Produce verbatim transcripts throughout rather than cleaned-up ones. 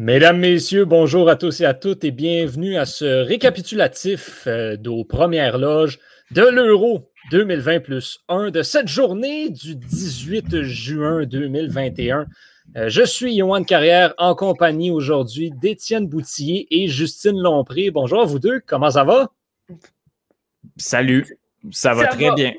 Mesdames, Messieurs, bonjour à tous et à toutes et bienvenue à ce récapitulatif euh, d'aux premières loges de l'Euro deux mille vingt plus un de cette journée du dix-huit juin deux mille vingt et un. Euh, je suis Yoann Carrière en compagnie aujourd'hui d'Étienne Boutillier et Justine Lompré. Bonjour à vous deux, comment ça va? Salut, ça va Ça très va. bien.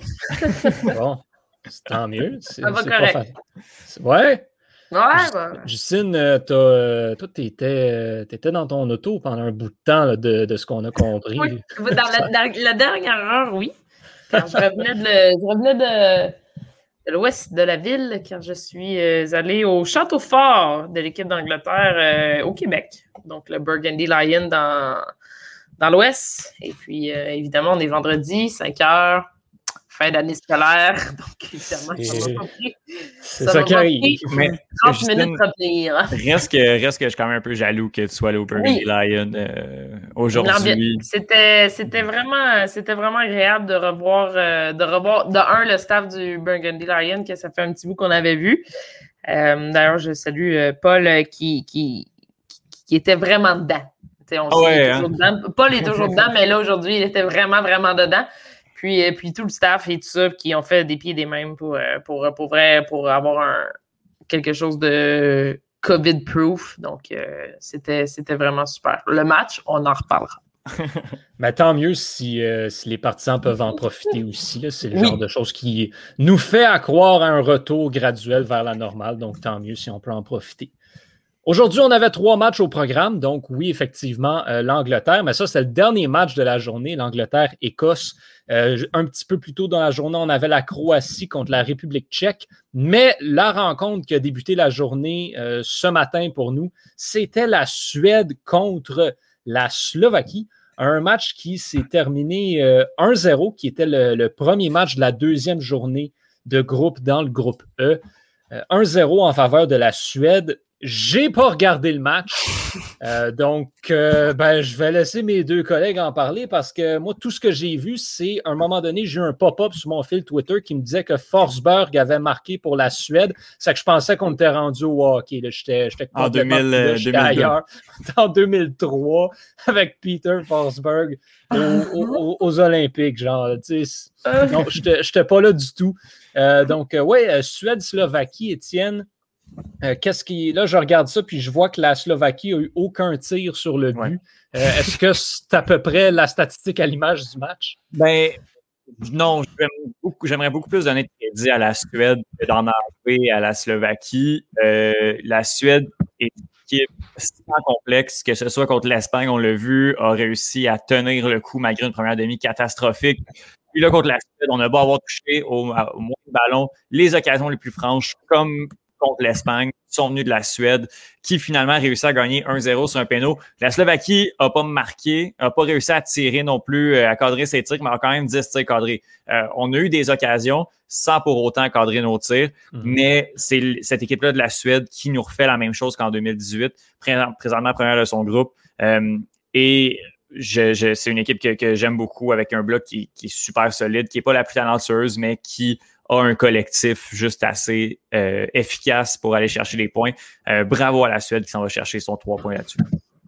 Bon, c'est tant mieux. C'est, Ça va c'est correct. pas fa- c'est- Ouais? Ouais, Just- bah, Justine, euh, t'as, euh, toi, t'étais, t'étais dans ton auto pendant un bout de temps là, de, de ce qu'on a compris. oui. Dans la, dans la dernière heure, oui. Quand je revenais de, le- je revenais de, de l'ouest de la ville, quand je suis euh, allée au Château Fort de l'équipe d'Angleterre euh, au Québec. Donc, le Burgundy Lion dans, dans l'ouest. Et puis, euh, évidemment, on est vendredi, cinq heures, fin d'année scolaire. Donc, évidemment, ça Et- m'a pas pris. C'est Ça ça m'a qui pas arrive. pris Mais trente Justine, minutes de revenir. reste que, reste que je suis quand même un peu jaloux que tu sois allé au Burgundy Oui. Lion euh, L'ambi- aujourd'hui. C'était, c'était vraiment, c'était vraiment agréable de revoir, euh, de revoir de un le staff du Burgundy Lion que ça fait un petit bout qu'on avait vu. Euh, d'ailleurs, je salue euh, Paul euh, qui, qui, qui, qui était vraiment dedans. Tu sais, on Ah sait, il ouais, est hein? toujours dedans. Paul est toujours dedans, mais là aujourd'hui, il était vraiment, vraiment dedans. Puis, euh, puis tout le staff et tout ça qui ont fait des pieds et des mains pour, euh, pour, pour vrai, pour avoir un, quelque chose de COVID-proof. Donc, euh, c'était, c'était vraiment super. Le match, on en reparlera. Mais tant mieux si, euh, si les partisans peuvent en profiter aussi. Là. C'est le Oui. genre de choses qui nous fait à croire à un retour graduel vers la normale. Donc, tant mieux si on peut en profiter. Aujourd'hui, on avait trois matchs au programme. Donc, oui, effectivement, euh, l'Angleterre. Mais ça, c'est le dernier match de la journée. L'Angleterre-Écosse. Euh, un petit peu plus tôt dans la journée, on avait la Croatie contre la République tchèque. Mais la rencontre qui a débuté la journée euh, ce matin pour nous, c'était la Suède contre la Slovaquie. Un match qui s'est terminé euh, un zéro, qui était le, le premier match de la deuxième journée de groupe dans le groupe E. Euh, un zéro en faveur de la Suède. J'ai pas regardé le match, euh, donc euh, ben, je vais laisser mes deux collègues en parler parce que moi, tout ce que j'ai vu, c'est à un moment donné, j'ai eu un pop-up sur mon fil Twitter qui me disait que Forsberg avait marqué pour la Suède. C'est que je pensais qu'on était rendu au hockey. Là. J'étais, j'étais En complètement deux mille, là, j'étais deux mille deux. ailleurs. En deux mille trois, avec Peter Forsberg aux, aux, aux Olympiques. Genre, tu sais, non, j'étais, j'étais pas là du tout. Euh, donc, euh, ouais, Suède-Slovaquie, Étienne. Euh, qu'est-ce qui. Là, je regarde ça, puis je vois que la Slovaquie a eu aucun tir sur le but. Ouais. Euh, est-ce que c'est à peu près la statistique à l'image du match? Ben, non, j'aimerais beaucoup, j'aimerais beaucoup plus donner de crédit à la Suède que d'en enlever à la Slovaquie. Euh, la Suède est une équipe sans complexe, que ce soit contre l'Espagne, on l'a vu, a réussi à tenir le coup malgré une première demi catastrophique. Puis là, contre la Suède, on a beau avoir touché au, au moins de ballon, les occasions les plus franches, comme contre l'Espagne, sont venues de la Suède, qui finalement a réussi à gagner un zéro sur un péno. La Slovaquie n'a pas marqué, n'a pas réussi à tirer non plus, à cadrer ses tirs, mais a quand même dix tirs cadrés. Euh, on a eu des occasions sans pour autant cadrer nos tirs, mm-hmm. mais c'est cette équipe-là de la Suède qui nous refait la même chose qu'en deux mille dix-huit, présentement première de son groupe. Euh, et je, je, c'est une équipe que, que j'aime beaucoup, avec un bloc qui, qui est super solide, qui n'est pas la plus talentueuse, mais qui a un collectif juste assez euh, efficace pour aller chercher les points. Euh, bravo à la Suède qui s'en va chercher son trois points là-dessus.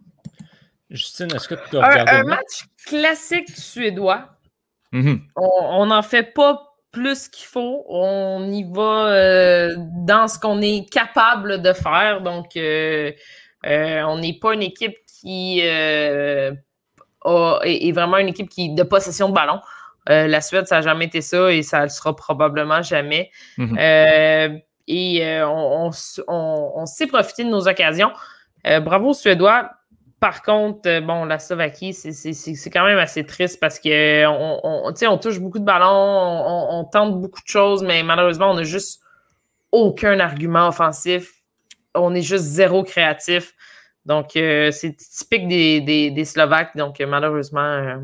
Justine, est-ce que tu as regardé un, un le match? match classique suédois. Mm-hmm. On n'en fait pas plus qu'il faut. On y va euh, dans ce qu'on est capable de faire. Donc, euh, euh, on n'est pas une équipe qui euh, a, est, est vraiment une équipe qui de possession de ballon. Euh, la Suède, ça n'a jamais été ça et ça ne le sera probablement jamais. Mm-hmm. Euh, et euh, on, on, on, on sait profiter de nos occasions. Euh, bravo aux Suédois. Par contre, euh, bon, la Slovaquie, c'est, c'est, c'est, c'est quand même assez triste parce que on, on, on touche beaucoup de ballons, on, on tente beaucoup de choses, mais malheureusement, on n'a juste aucun argument offensif. On est juste zéro créatif. Donc, euh, c'est typique des, des, des Slovaques. Donc, euh, malheureusement... Euh,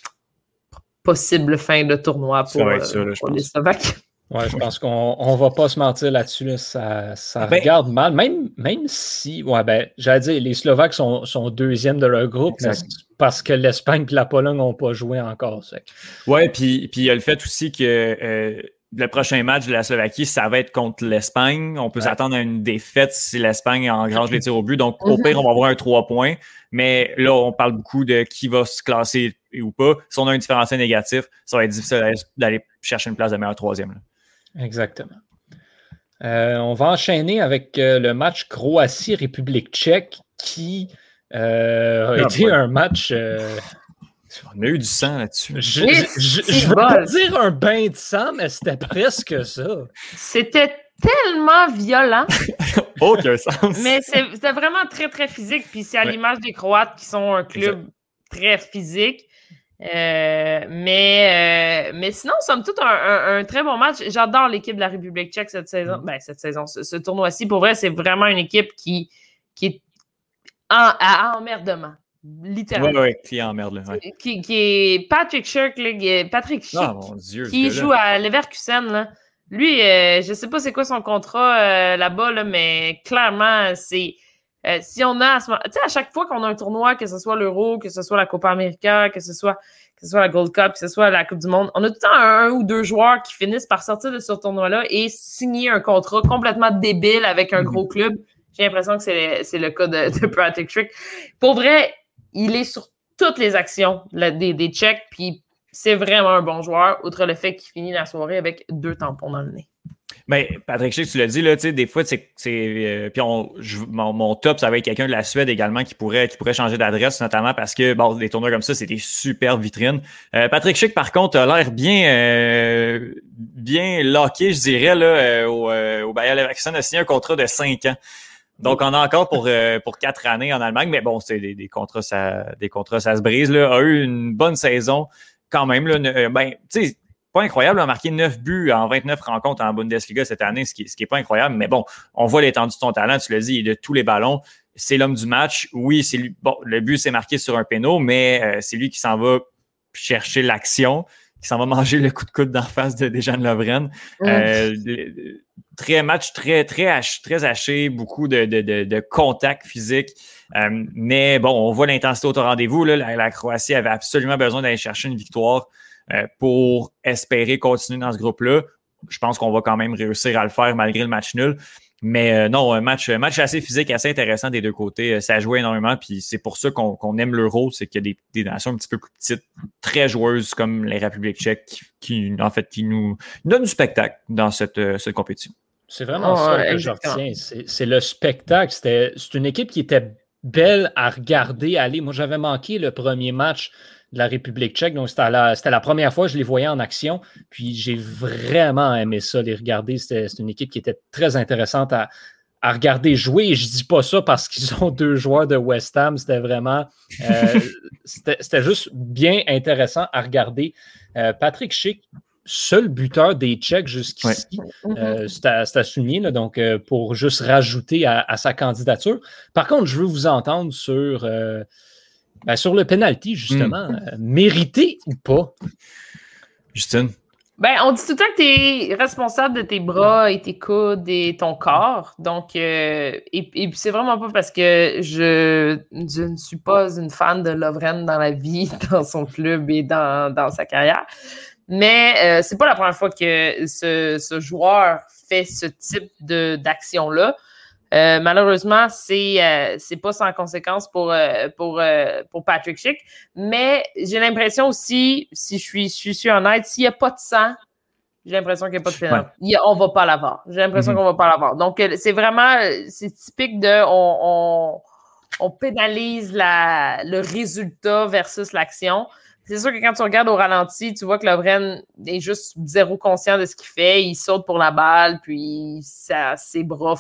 possible fin de tournoi pour, euh, ça, là, pour les Slovaques. Ouais, je pense qu'on on va pas se mentir là-dessus. Là. Ça, ça ben, regarde mal. Même, même si, ouais, ben, j'allais dire, les Slovaques sont, sont deuxièmes de leur groupe, mais parce que l'Espagne et la Pologne n'ont pas joué encore. Oui, puis il y a le fait aussi que euh, le prochain match de la Slovaquie, ça va être contre l'Espagne. On peut ouais. s'attendre à une défaite si l'Espagne engrange les tirs au but. Donc, au pire, on va avoir un trois points. Mais là, on parle beaucoup de qui va se classer ou pas. Si on a un différentiel négatif, ça va être difficile d'aller chercher une place de meilleur troisième. Là. Exactement. Euh, on va enchaîner avec euh, le match Croatie-République tchèque qui euh, a ah, été ouais. un match... Euh, On a eu du sang là-dessus. Je, je, je, je veux pas dire un bain de sang, mais c'était presque ça. C'était tellement violent. Aucun sens. Mais c'était vraiment très, très physique. Puis c'est à ouais. l'image des Croates qui sont un club exact. Très physique. Euh, mais, euh, mais sinon, somme toute, un, un, un très bon match. J'adore l'équipe de la République tchèque cette saison. Mm. Ben, cette saison, ce, ce tournoi-ci. Pour vrai, c'est vraiment une équipe qui, qui est en, à emmerdement. Littéralement. Oui, oui, qui emmerde. Là, ouais. qui, qui est Patrick Schick, là, Patrick Schick, oh, mon Dieu, qui joue à Leverkusen. Là. Lui, euh, je ne sais pas c'est quoi son contrat euh, là-bas, là, mais clairement, c'est euh, si on a, tu sais, à chaque fois qu'on a un tournoi, que ce soit l'Euro, que ce soit la Copa América, que ce soit que ce soit la Gold Cup, que ce soit la Coupe du Monde, on a tout le temps un, un ou deux joueurs qui finissent par sortir de ce tournoi-là et signer un contrat complètement débile avec un mm-hmm. gros club. J'ai l'impression que c'est le, c'est le cas de, de Patrick Schick. Pour vrai, il est sur toutes les actions là, des, des Tchèques, puis c'est vraiment un bon joueur, outre le fait qu'il finit la soirée avec deux tampons dans le nez. Ben, Patrick Schick, tu l'as dit, là, tu sais, des fois, c'est. c'est euh, puis on, je, mon, mon top, ça va être quelqu'un de la Suède également qui pourrait, qui pourrait changer d'adresse, notamment parce que, bon, des tournois comme ça, c'est des super vitrines. Euh, Patrick Schick, par contre, a l'air bien, euh, bien locké, je dirais, là, euh, au, euh, au Bayer Leverkusen, a signé un contrat de cinq ans. Donc, on a encore pour euh, pour quatre années en Allemagne, mais bon, c'est des, des contrats, ça des contrats, ça se brise. Là, a eu une bonne saison quand même. Là, euh, ben, tu sais, pas incroyable, a marqué neuf buts en vingt-neuf rencontres en Bundesliga cette année, ce qui, ce qui est pas incroyable, mais bon, on voit l'étendue de son talent. Tu l'as dit, il est de tous les ballons. C'est l'homme du match. Oui, c'est lui. Bon, le but s'est marqué sur un péno, mais euh, c'est lui qui s'en va chercher l'action, qui s'en va manger le coup de coude d'en face de Dejan Lovren. Mmh. Euh, très match très très haché, très haché, beaucoup de de de, de contact physique. Euh, mais bon, on voit l'intensité au rendez-vous là. La, la Croatie avait absolument besoin d'aller chercher une victoire euh, pour espérer continuer dans ce groupe-là. Je pense qu'on va quand même réussir à le faire malgré le match nul. Mais euh, non, un match, un match assez physique, assez intéressant des deux côtés. Ça jouait énormément, puis c'est pour ça qu'on, qu'on aime l'Euro, c'est qu'il y a des, des nations un petit peu plus petites, très joueuses comme les Républiques tchèques, qui, qui en fait, qui nous donnent du spectacle dans cette, euh, cette compétition. C'est vraiment oh, ça ouais, que je retiens. C'est, c'est le spectacle. C'était, c'est une équipe qui était belle à regarder aller. Moi, j'avais manqué le premier match de la République tchèque, donc c'était la, c'était la première fois que je les voyais en action, puis j'ai vraiment aimé ça, les regarder. C'était, c'était une équipe qui était très intéressante à, à regarder jouer, et je dis pas ça parce qu'ils ont deux joueurs de West Ham, c'était vraiment euh, c'était, c'était juste bien intéressant à regarder. Euh, Patrick Schick, seul buteur des Tchèques jusqu'ici, ouais. euh, c'est, à, c'est à souligner, là, donc euh, pour juste rajouter à, à sa candidature. Par contre, je veux vous entendre sur euh, Ben, sur le penalty, justement, mm. euh, mérité ou pas? Justine? Ben, on dit tout le temps que tu es responsable de tes bras et tes coudes et ton corps. Donc, euh, et, et c'est vraiment pas parce que je, je ne suis pas une fan de Lovren dans la vie, dans son club et dans, dans sa carrière. Mais euh, c'est pas la première fois que ce, ce joueur fait ce type de, d'action-là. Euh, malheureusement, c'est euh, c'est pas sans conséquence pour euh, pour euh, pour Patrick Schick, mais j'ai l'impression aussi, si je suis je suis honnête, s'il n'y a pas de sang, j'ai l'impression qu'il n'y a pas de pénalité. Ouais. On va pas l'avoir. J'ai l'impression mm-hmm. qu'on va pas l'avoir. Donc c'est vraiment c'est typique de on on, on pénalise la le résultat versus l'action. C'est sûr que quand tu regardes au ralenti, tu vois que Lovren est juste zéro conscient de ce qu'il fait. Il saute pour la balle, puis ça, ses bras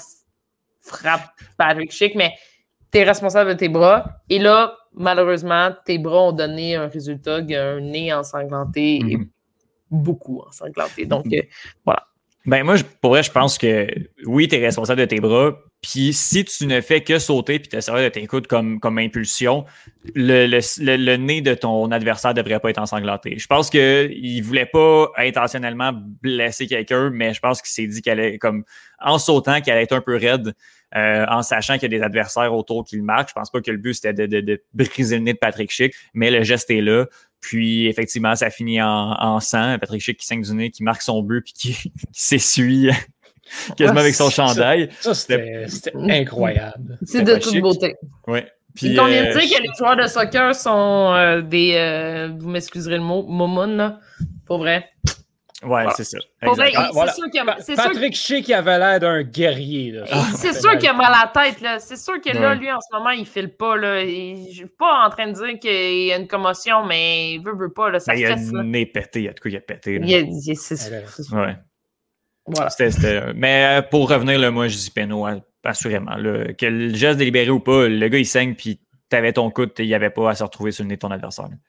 frappe Patrick Schick, mais tu es responsable de tes bras. Et là, malheureusement, tes bras ont donné un résultat, un nez ensanglanté mm-hmm. et beaucoup ensanglanté. Donc, euh, voilà. Ben moi, je, pour vrai, je pense que oui, tu es responsable de tes bras. Puis si tu ne fais que sauter puis te servir de tes coudes comme, comme impulsion, le, le, le, le nez de ton adversaire ne devrait pas être ensanglanté. Je pense qu'il ne voulait pas intentionnellement blesser quelqu'un, mais je pense qu'il s'est dit qu'elle allait, comme en sautant, qu'elle allait être un peu raide, euh, en sachant qu'il y a des adversaires autour qui le marquent. Je pense pas que le but, c'était de, de, de briser le nez de Patrick Schick, mais le geste est là. Puis, effectivement, ça finit en, en sang. Patrick Schick qui saigne du nez, qui marque son but, puis qui, qui s'essuie quasiment ah, avec son chandail. Ça, c'était, c'était incroyable. C'est de toute Schick. Beauté. Oui. Puis, on vient de dire que les joueurs de soccer sont euh, des... Euh, vous m'excuserez le mot, momounes, là. Pour vrai. Ouais, voilà. C'est ça. Vrai, ah, c'est voilà. sûr qu'il a, c'est Patrick Schick qui avait l'air d'un guerrier. Là. Ah, c'est sûr qu'il a mal à la tête. Là. C'est sûr que là, ouais. lui, en ce moment, il file pas. Là. Il, je suis pas en train de dire qu'il y a une commotion, mais il veut, veut pas. Là, ça il fesse, a le nez pété. Il y a de quoi il a pété. Là. Il a, il, c'est, c'est, c'est, ouais. Voilà. C'était, c'était, mais pour revenir, là, moi, je dis Péno, assurément. Là, que le geste délibéré ou pas, le gars, il saigne, puis t'avais ton coude, il n'y avait pas à se retrouver sur le nez de ton adversaire. Là.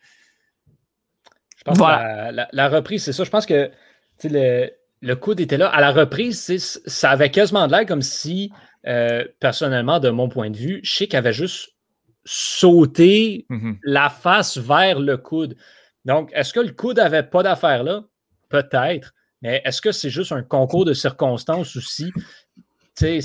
Je pense voilà. que la, la, la reprise, c'est ça. Je pense que le, le coude était là. À la reprise, c'est, ça avait quasiment de l'air comme si, euh, personnellement, de mon point de vue, Schick avait juste sauté mm-hmm. la face vers le coude. Donc, est-ce que le coude n'avait pas d'affaire là? Peut-être. Mais est-ce que c'est juste un concours de circonstances aussi? Il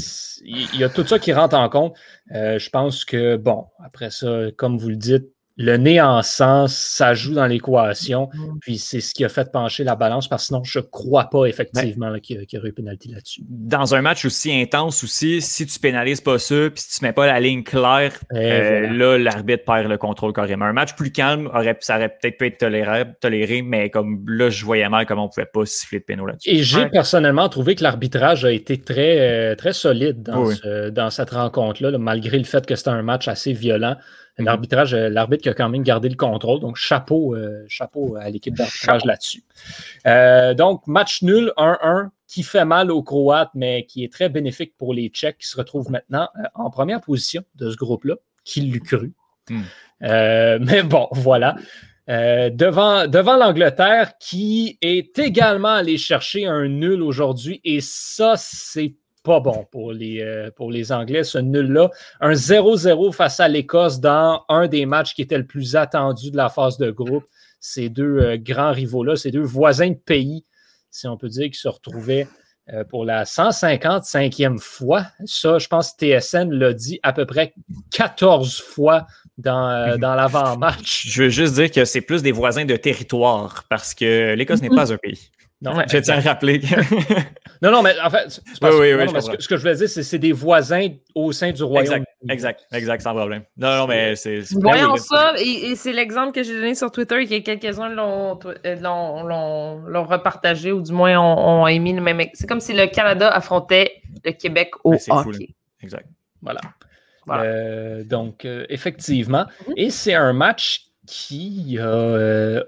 y a tout ça qui rentre en compte. Euh, je pense que, bon, après ça, comme vous le dites, le nez en sang, ça joue dans l'équation, mmh. puis c'est ce qui a fait pencher la balance, parce que sinon, je ne crois pas effectivement là, qu'il, y a, qu'il y aurait eu pénalité là-dessus. Dans un match aussi intense aussi, si tu pénalises pas ça, puis si tu ne mets pas la ligne claire, euh, voilà. là, l'arbitre perd le contrôle carrément. Un match plus calme, aurait, ça aurait peut-être pu être toléré, toléré, mais comme là, je voyais mal comment on ne pouvait pas siffler de péno là-dessus. Et j'ai ouais. personnellement trouvé que l'arbitrage a été très, euh, très solide dans, oui. ce, dans cette rencontre-là, là, malgré le fait que c'était un match assez violent. L'arbitrage, l'arbitre qui a quand même gardé le contrôle. Donc, chapeau, euh, chapeau à l'équipe d'arbitrage chapeau. Là-dessus. Euh, donc, match nul, un un, qui fait mal aux Croates, mais qui est très bénéfique pour les Tchèques qui se retrouvent maintenant euh, en première position de ce groupe-là. Qui l'eût cru? Mm. Euh, mais bon, voilà. Euh, devant, devant l'Angleterre qui est également allé chercher un nul aujourd'hui. Et ça, c'est pas bon pour les, euh, pour les Anglais, ce nul-là. Un zéro zéro face à l'Écosse dans un des matchs qui était le plus attendu de la phase de groupe. Ces deux euh, grands rivaux-là, ces deux voisins de pays, si on peut dire, qui se retrouvaient euh, pour la cent cinquante-cinquième fois. Ça, je pense que T S N l'a dit à peu près quatorze fois dans, euh, dans l'avant-match. Je veux juste dire que c'est plus des voisins de territoire parce que l'Écosse n'est pas un pays. Non, ouais, je tiens à rappeler. non, non, mais en fait, c'est parce oui, que, oui, non, oui, mais ce, que, ce que je voulais dire, c'est que c'est des voisins au sein du royaume. Exact, exact, exact, sans problème. Non, non, mais c'est... c'est Voyons oui, ça, et, et c'est l'exemple que j'ai donné sur Twitter, et que quelques-uns l'ont, l'ont, l'ont, l'ont repartagé, ou du moins ont, ont émis le même... C'est comme si le Canada affrontait le Québec au c'est hockey. Fou, exact. Voilà. voilà. Euh, donc, euh, effectivement, mm-hmm. et c'est un match qui... Euh,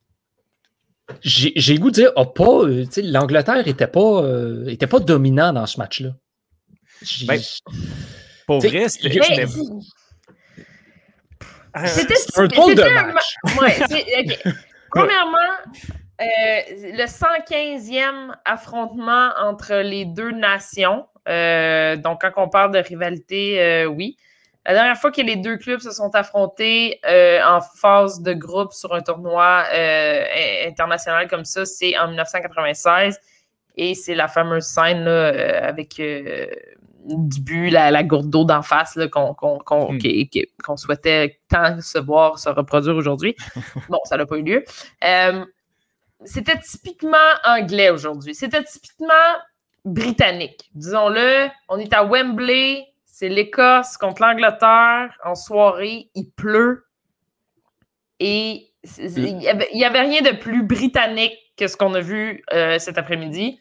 J'ai, j'ai goût de dire, oh, pas, euh, l'Angleterre n'était pas, euh, était pas dominant dans ce match-là. Ben, pour vrai, c'était... Mais, c'était, c'était un drôle de match. Un... Ouais, okay. Premièrement, euh, le cent quinzième affrontement entre les deux nations. Euh, donc, quand on parle de rivalité, euh, oui. La dernière fois que les deux clubs se sont affrontés euh, en phase de groupe sur un tournoi euh, international comme ça, c'est en dix-neuf cent quatre-vingt-seize. Et c'est la fameuse scène là, euh, avec euh, du but, la, la gourde d'eau d'en face là, qu'on, qu'on, qu'on, mm. qu'on souhaitait tant se voir se reproduire aujourd'hui. Bon, ça n'a pas eu lieu. Euh, c'était typiquement anglais aujourd'hui. C'était typiquement britannique. Disons-le, on est à Wembley. C'est l'Écosse contre l'Angleterre en soirée, il pleut et il n'y avait, avait rien de plus britannique que ce qu'on a vu euh, cet après-midi.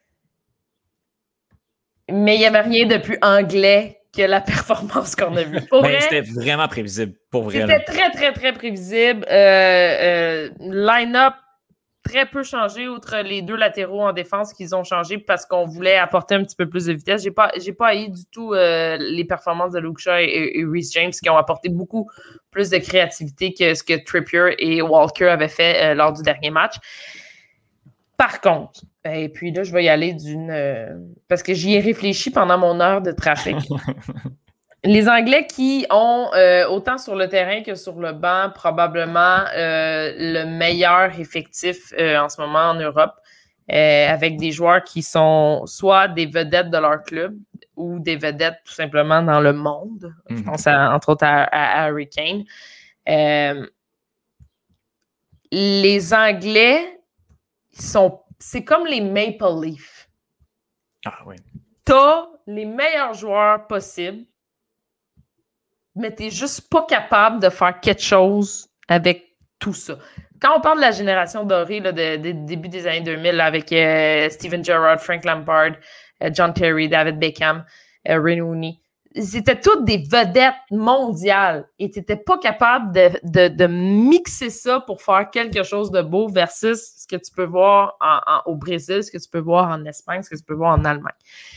Mais il n'y avait rien de plus anglais que la performance qu'on a vue. Pour ben, vrai, c'était vraiment prévisible. Pour vrai, c'était là. très, très, très prévisible. Euh, euh, line-up très peu changé, outre les deux latéraux en défense qu'ils ont changé parce qu'on voulait apporter un petit peu plus de vitesse. J'ai pas, j'ai pas haï du tout euh, les performances de Luke Shaw et, et Reece James qui ont apporté beaucoup plus de créativité que ce que Trippier et Walker avaient fait euh, lors du dernier match. Par contre, et puis là, je vais y aller d'une... Euh, parce que j'y ai réfléchi pendant mon heure de trafic. Les Anglais qui ont, euh, autant sur le terrain que sur le banc, probablement euh, le meilleur effectif euh, en ce moment en Europe, euh, avec des joueurs qui sont soit des vedettes de leur club ou des vedettes tout simplement dans le monde. Mm-hmm. Je pense à, entre autres à, à, à Harry Kane. Euh, les Anglais, sont, c'est comme les Maple Leafs. Ah oui. T'as les meilleurs joueurs possibles, mais t'es juste pas capable de faire quelque chose avec tout ça. Quand on parle de la génération dorée là, de, de, de début des années deux mille là, avec euh, Steven Gerrard, Frank Lampard, euh, John Terry, David Beckham, euh, Ray Rooney, c'était toutes des vedettes mondiales et t'étais pas capable de, de, de mixer ça pour faire quelque chose de beau versus ce que tu peux voir en, en, au Brésil, ce que tu peux voir en Espagne, ce que tu peux voir en Allemagne.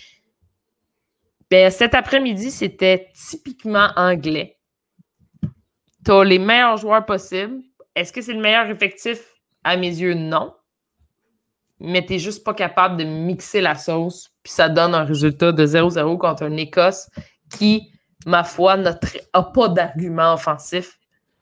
Ben, cet après-midi, c'était typiquement anglais. T'as les meilleurs joueurs possibles. Est-ce que c'est le meilleur effectif? À mes yeux, non. Mais t'es juste pas capable de mixer la sauce, puis ça donne un résultat de zéro zéro contre une Écosse qui, ma foi, n'a pas d'argument offensif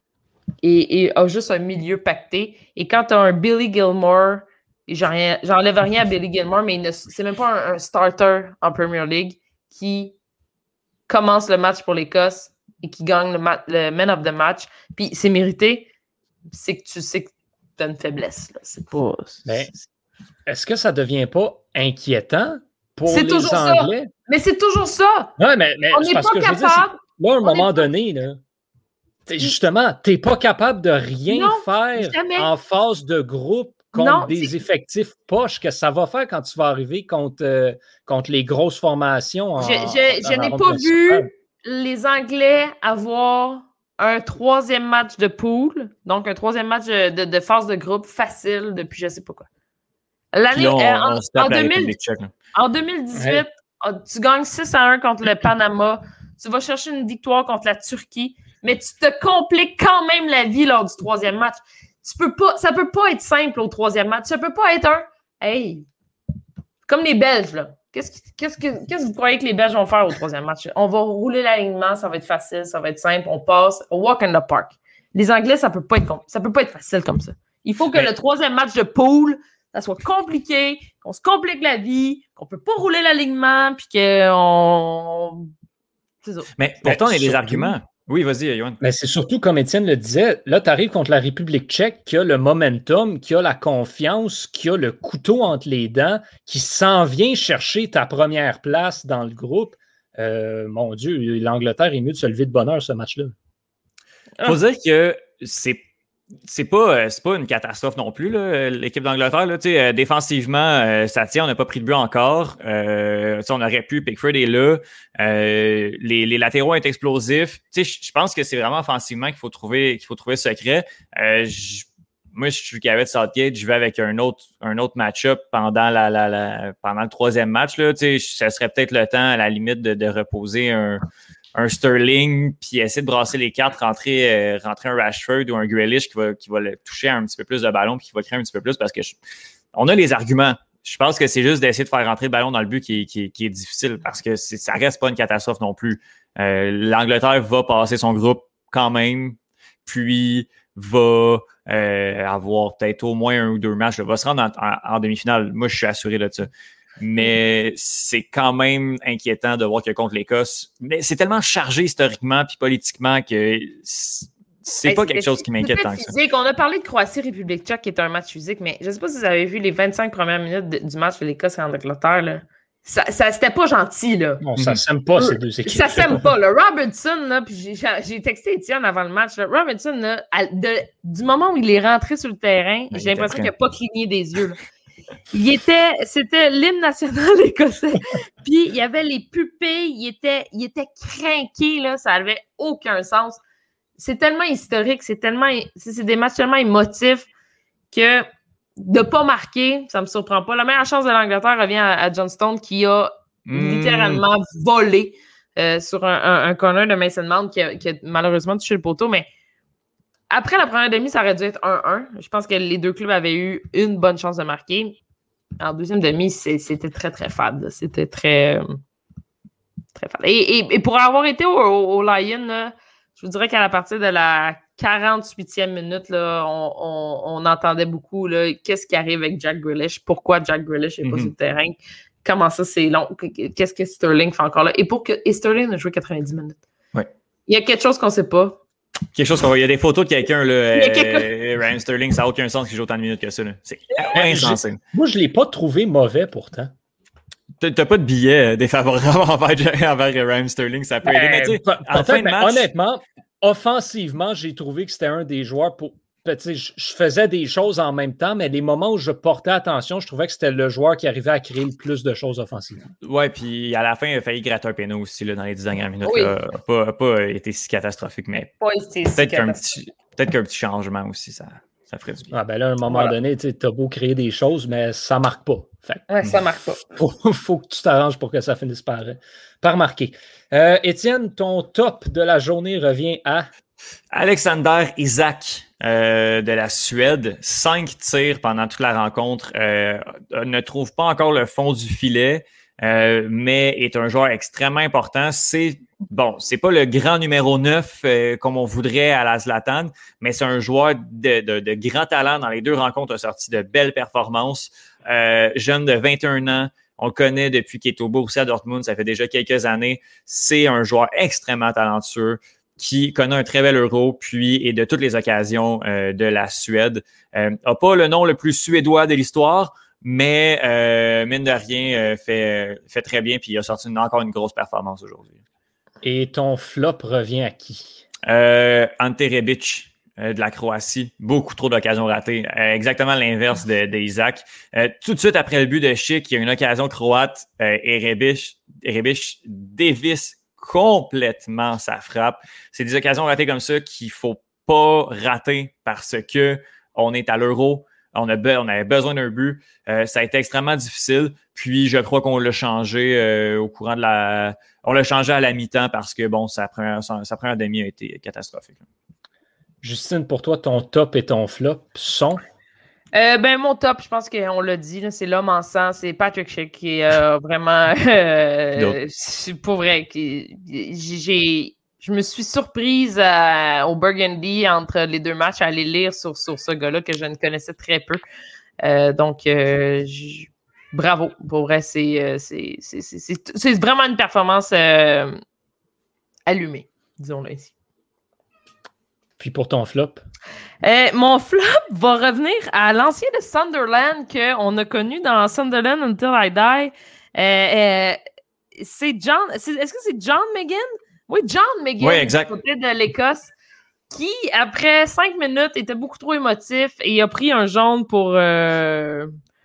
et, et a juste un milieu pacté. Et quand t'as un Billy Gilmore, j'enlève rien à Billy Gilmore, mais ne, c'est même pas un, un starter en Premier League qui commence le match pour l'Écosse et qui gagne le, ma- le man of the match, puis c'est mérité, c'est que tu sais que t'as une faiblesse. Là. C'est pas... Mais est-ce que ça devient pas inquiétant pour c'est les toujours Anglais? Ça. Mais c'est toujours ça! Ouais, mais, mais on n'est pas parce que capable... je veux dire, là, à un on moment pas... donné, là, justement, t'es pas capable de rien non, faire jamais. en phase de groupe contre non, des c'est... effectifs poches que ça va faire quand tu vas arriver contre, euh, contre les grosses formations. En, je je, je n'ai pas principale. vu les Anglais avoir un troisième match de pool, donc un troisième match de, de, de phase de groupe facile depuis je sais pas quoi. L'année, on, euh, en, on en, deux mille, en deux mille dix-huit, ouais. Tu gagnes six à un contre le Panama, tu vas chercher une victoire contre la Turquie, mais tu te compliques quand même la vie lors du troisième match. Tu peux pas, ça peut pas être simple au troisième match. Ça peut pas être un hey, comme les Belges, là. Qu'est-ce, qu'est-ce, que, qu'est-ce que vous croyez que les Belges vont faire au troisième match? On va rouler l'alignement, ça va être facile, ça va être simple, on passe, walk in the park. Les Anglais, ça peut pas être, ça peut pas être facile comme ça. Il faut que mais... le troisième match de pool, ça soit compliqué, qu'on se complique la vie, qu'on peut pas rouler l'alignement, puis qu'on... C'est ça. Mais pourtant, il y a des arguments. Oui, vas-y, Yoann. Mais c'est surtout, comme Étienne le disait, là, tu arrives contre la République tchèque qui a le momentum, qui a la confiance, qui a le couteau entre les dents, qui s'en vient chercher ta première place dans le groupe. Euh, mon Dieu, l'Angleterre est mieux de se lever de bonheur, ce match-là. Il faut dire que c'est C'est pas, c'est pas une catastrophe non plus, là, l'équipe d'Angleterre. Là, euh, défensivement, euh, ça tient, on n'a pas pris de but encore. Euh, on aurait pu, Pickford est là. Euh, les, les latéraux sont explosifs. Je pense que c'est vraiment offensivement qu'il faut trouver, qu'il faut trouver ce secret. Euh, moi, je suis Gareth Southgate, je vais avec un autre, un autre match-up pendant, la, la, la, pendant le troisième match. Là, ça serait peut-être le temps, à la limite, de, de reposer un... un Sterling, puis essayer de brasser les cartes, rentrer, euh, rentrer un Rashford ou un Grealish qui va, qui va le toucher un petit peu plus de ballon puis qui va créer un petit peu plus parce que je, on a les arguments. Je pense que c'est juste d'essayer de faire rentrer le ballon dans le but qui, qui, qui est difficile parce que c'est, ça reste pas une catastrophe non plus. Euh, L'Angleterre va passer son groupe quand même, puis va euh, avoir peut-être au moins un ou deux matchs, là, va se rendre en, en, en demi-finale. Moi, je suis assuré de ça. Mais c'est quand même inquiétant de voir que contre l'Écosse, mais c'est tellement chargé historiquement puis politiquement que c'est hey, pas quelque chose qui m'inquiète tant que ça. On a parlé de Croatie-République tchèque qui est un match physique, mais je ne sais pas si vous avez vu les vingt-cinq premières minutes de, du match de l'Écosse et l'Angleterre. Là. Ça, ça, c'était pas gentil. Là. Non, ça s'aime pas, ces deux équipes. Ça s'aime pas. Là. Robertson, là, puis j'ai, j'ai texté Étienne avant le match. Là. Robertson, là, à, de, du moment où il est rentré sur le terrain, ben, j'ai l'impression qu'il n'a pas cligné des yeux. Là. Il était, c'était l'hymne national écossais. Puis il y avait les pupilles, il était, il était craqué, là, ça n'avait aucun sens. C'est tellement historique, c'est tellement, c'est, c'est des matchs tellement émotifs que de ne pas marquer, ça ne me surprend pas. La meilleure chance de l'Angleterre revient à, à Johnstone qui a mmh. littéralement volé euh, sur un, un, un corner de Mason Mount qui a, qui a malheureusement touché le poteau, mais après la première demi, ça aurait dû être un un. Je pense que les deux clubs avaient eu une bonne chance de marquer. En deuxième demi, c'est, c'était très, très fade. C'était très, très fade. Et, et, et pour avoir été au, au, au Lion, là, je vous dirais qu'à la partir de la quarante-huitième minute, là, on, on, on entendait beaucoup là, qu'est-ce qui arrive avec Jack Grealish, pourquoi Jack Grealish n'est mm-hmm. pas sur le terrain, comment ça c'est long, qu'est-ce que Sterling fait encore là. Et pour que et Sterling a joué quatre-vingt-dix minutes. Ouais. Il y a quelque chose qu'on ne sait pas. quelque chose qu'on voit. Il y a des photos de quelqu'un, là, euh, Raheem Sterling, ça n'a aucun sens qu'il joue autant de minutes que ça. Là. C'est insensé. Moi, je ne l'ai pas trouvé mauvais pourtant. T'as pas de billet défavorable envers, envers Raheem Sterling, ça peut aider. Mais tu sais, en fin de match... Honnêtement, offensivement, j'ai trouvé que c'était un des joueurs pour. Je, je faisais des choses en même temps, mais les moments où je portais attention, je trouvais que c'était le joueur qui arrivait à créer le plus de choses offensivement. Ouais, puis à la fin, il a failli gratter un péno aussi là, dans les dix dernières minutes. Oui. Là, pas, pas été si catastrophique, mais pas été peut-être, si qu'un petit, peut-être qu'un petit changement aussi, ça, ça ferait du bien. Ah ben là, à un moment voilà. donné, tu as beau créer des choses, mais ça ne marque pas. Fait, ouais, ça ne marque pas. Il faut, faut que tu t'arranges pour que ça finisse par, par marquer. Euh, Étienne, ton top de la journée revient à... Alexander Isak euh, de la Suède, cinq tirs pendant toute la rencontre, euh, ne trouve pas encore le fond du filet, euh, mais est un joueur extrêmement important. C'est bon, c'est pas le grand numéro neuf euh, comme on voudrait à la Zlatan, mais c'est un joueur de, de, de grand talent. Dans les deux rencontres, a sorti de belles performances. Euh, jeune de vingt et un ans, on le connaît depuis qu'il est au Borussia Dortmund, ça fait déjà quelques années. C'est un joueur extrêmement talentueux, qui connaît un très bel Euro, puis est de toutes les occasions euh, de la Suède. Euh, n'a pas le nom le plus suédois de l'histoire, mais euh, mine de rien, euh, fait, fait très bien, puis il a sorti une, encore une grosse performance aujourd'hui. Et ton flop revient à qui? Euh, Ante Rebic euh, de la Croatie. Beaucoup trop d'occasions ratées. Euh, exactement l'inverse de, de Isaac. Euh, tout de suite après le but de Schick, il y a une occasion croate euh, et Rebic, Rebic dévisse complètement sa frappe. C'est des occasions ratées comme ça qu'il ne faut pas rater parce que on est à l'Euro, on, a be- on avait besoin d'un but. Euh, ça a été extrêmement difficile. Puis je crois qu'on l'a changé euh, au courant de la. On l'a changé à la mi-temps parce que bon, sa première, sa première demi a été catastrophique. Justine, pour toi, ton top et ton flop sont? Euh, ben, mon top, je pense qu'on l'a dit, là, c'est l'homme en sang, c'est Patrick Schick qui est euh, vraiment. Euh, c'est pour vrai. Qui, j'ai, je me suis surprise à, au Burgundy entre les deux matchs à aller lire sur, sur ce gars-là que je ne connaissais très peu. Euh, donc, euh, j- bravo. Pour vrai, c'est, c'est, c'est, c'est, c'est, c'est vraiment une performance euh, allumée, disons-le ainsi. Puis pour ton flop? Euh, mon flop va revenir à l'ancien de Sunderland qu'on a connu dans Sunderland Until I Die. Euh, euh, c'est John... C'est, est-ce que c'est John McGinn? Oui, John McGinn, oui, exact. Côté de l'Écosse, qui, après cinq minutes, était beaucoup trop émotif et a pris un jaune pour euh,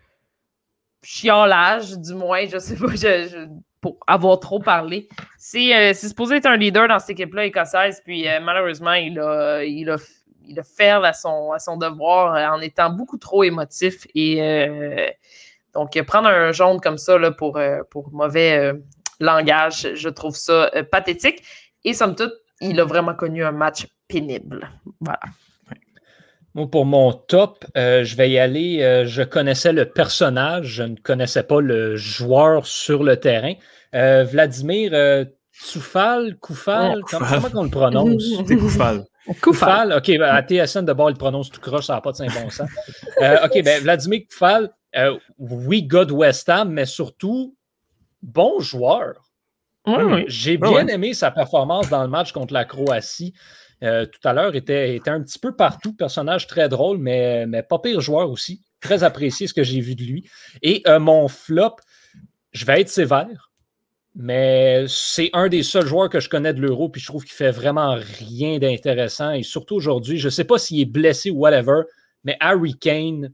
chiolage, du moins, je sais pas, je... je... pour avoir trop parlé. C'est, euh, c'est supposé être un leader dans cette équipe-là écossaise, puis euh, malheureusement, il a, il, a, il a fait à son, à son devoir en étant beaucoup trop émotif. Et euh, donc, prendre un jaune comme ça là, pour, euh, pour mauvais euh, langage, je trouve ça euh, pathétique. Et somme toute, il a vraiment connu un match pénible. Voilà. Moi, pour mon top, euh, je vais y aller. Euh, je connaissais le personnage, je ne connaissais pas le joueur sur le terrain. Euh, Vladimir euh, Coufal, Coufal, oh, comment, comment on le prononce? C'est Coufal. Coufal, OK, ben, à T S N, d'abord, il le prononce tout croche, ça n'a pas de bon sens. Euh, OK, ben, Vladimir Coufal, euh, oui, gars de West Ham, mais surtout, bon joueur. Oui, oui. J'ai oui, bien oui. aimé sa performance dans le match contre la Croatie. Euh, tout à l'heure, était, était un petit peu partout, personnage très drôle, mais, mais pas pire joueur aussi. Très apprécié ce que j'ai vu de lui. Et euh, mon flop, je vais être sévère, mais c'est un des seuls joueurs que je connais de l'Euro, puis je trouve qu'il fait vraiment rien d'intéressant. Et surtout aujourd'hui, je ne sais pas s'il est blessé ou whatever, mais Harry Kane.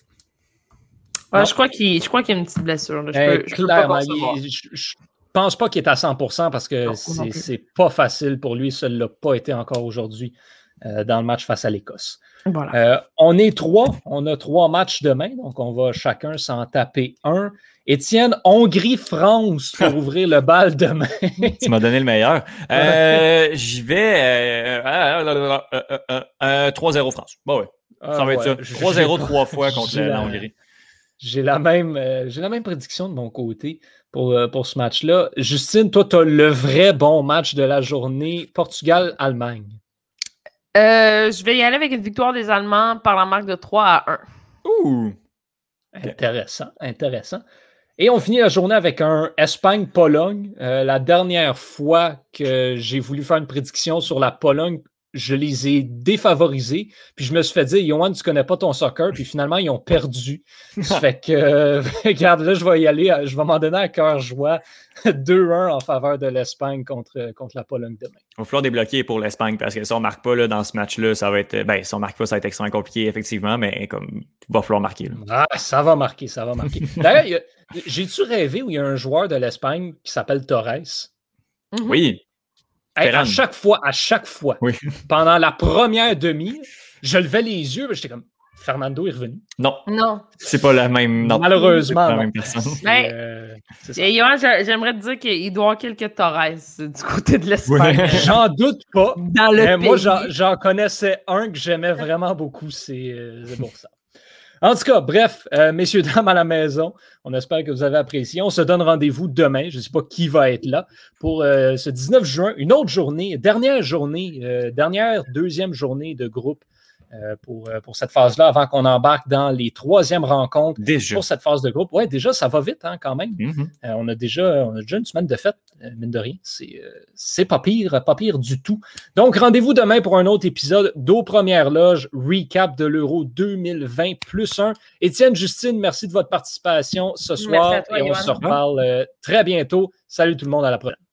Ouais, je crois qu'il, je crois qu'il y a une petite blessure. Là. Je euh, peux, je clairement, peux pas il, je, je pense pas qu'il est à cent pour cent parce que non, c'est, c'est pas facile pour lui. Ça ne l'a pas été encore aujourd'hui euh, dans le match face à l'Écosse. Voilà. Euh, on est trois. On a trois matchs demain, donc on va chacun s'en taper un. Étienne, Hongrie-France pour ouvrir le bal demain. Tu m'as donné le meilleur. Euh, j'y vais euh, euh, euh, euh, euh, trois zéro France. Bon, ouais. Ça Ah, va être ouais. ça. trois zéro J'ai- trois fois contre j'ai la la- Hongrie. J'ai la même, euh, j'ai la même prédiction de mon côté pour, euh, pour ce match-là. Justine, toi, tu as le vrai bon match de la journée, Portugal-Allemagne. Euh, je vais y aller avec une victoire des Allemands par la marque de trois à un. Ouh! Intéressant, intéressant. Et on finit la journée avec un Espagne-Pologne. Euh, la dernière fois que j'ai voulu faire une prédiction sur la Pologne, je les ai défavorisés. Puis je me suis fait dire, Yoann, tu connais pas ton soccer. Puis finalement, ils ont perdu. Ça fait que, euh, regarde, là, je vais y aller. Je vais m'en donner à cœur joie. deux un en faveur de l'Espagne contre, contre la Pologne demain. Il va falloir débloquer pour l'Espagne parce que si on ne marque pas là, dans ce match-là, ça va être. Ben, si on ne marque pas, ça va être extrêmement compliqué, effectivement, mais comme il va falloir marquer. Là. Ah, ça va marquer, ça va marquer. D'ailleurs, a, j'ai-tu rêvé où il y a un joueur de l'Espagne qui s'appelle Torres? Mm-hmm. Oui. Hey, à chaque fois, à chaque fois, oui. Pendant la première demi, je levais les yeux, j'étais comme. Fernando est revenu. Non. Non. C'est pas la même. Non. Malheureusement. C'est pas la non. même personne. Mais, euh, Yoann, j'aimerais te dire qu'il doit y avoir quelques Torres du côté de l'Espagne. Oui. J'en doute pas. Dans le mais pays. Moi, j'en, j'en connaissais un que j'aimais vraiment beaucoup. C'est, euh, c'est bon ça. En tout cas, bref, euh, messieurs, dames à la maison, on espère que vous avez apprécié. On se donne rendez-vous demain. Je ne sais pas qui va être là pour euh, ce dix-neuf juin, une autre journée, dernière journée, euh, dernière, deuxième journée de groupe. Euh, pour, euh, pour cette phase-là, avant qu'on embarque dans les troisièmes rencontres déjà. Pour cette phase de groupe. Ouais, déjà, ça va vite hein, quand même. Mm-hmm. Euh, on, a déjà, on a déjà une semaine de fête, euh, mine de rien. C'est, euh, c'est pas pire, pas pire du tout. Donc, rendez-vous demain pour un autre épisode d'Aux Premières Loges, recap de l'Euro deux mille vingt plus un. Étienne, Justine, merci de votre participation ce soir. Toi, et on Yoann. se reparle euh, très bientôt. Salut tout le monde, à la prochaine.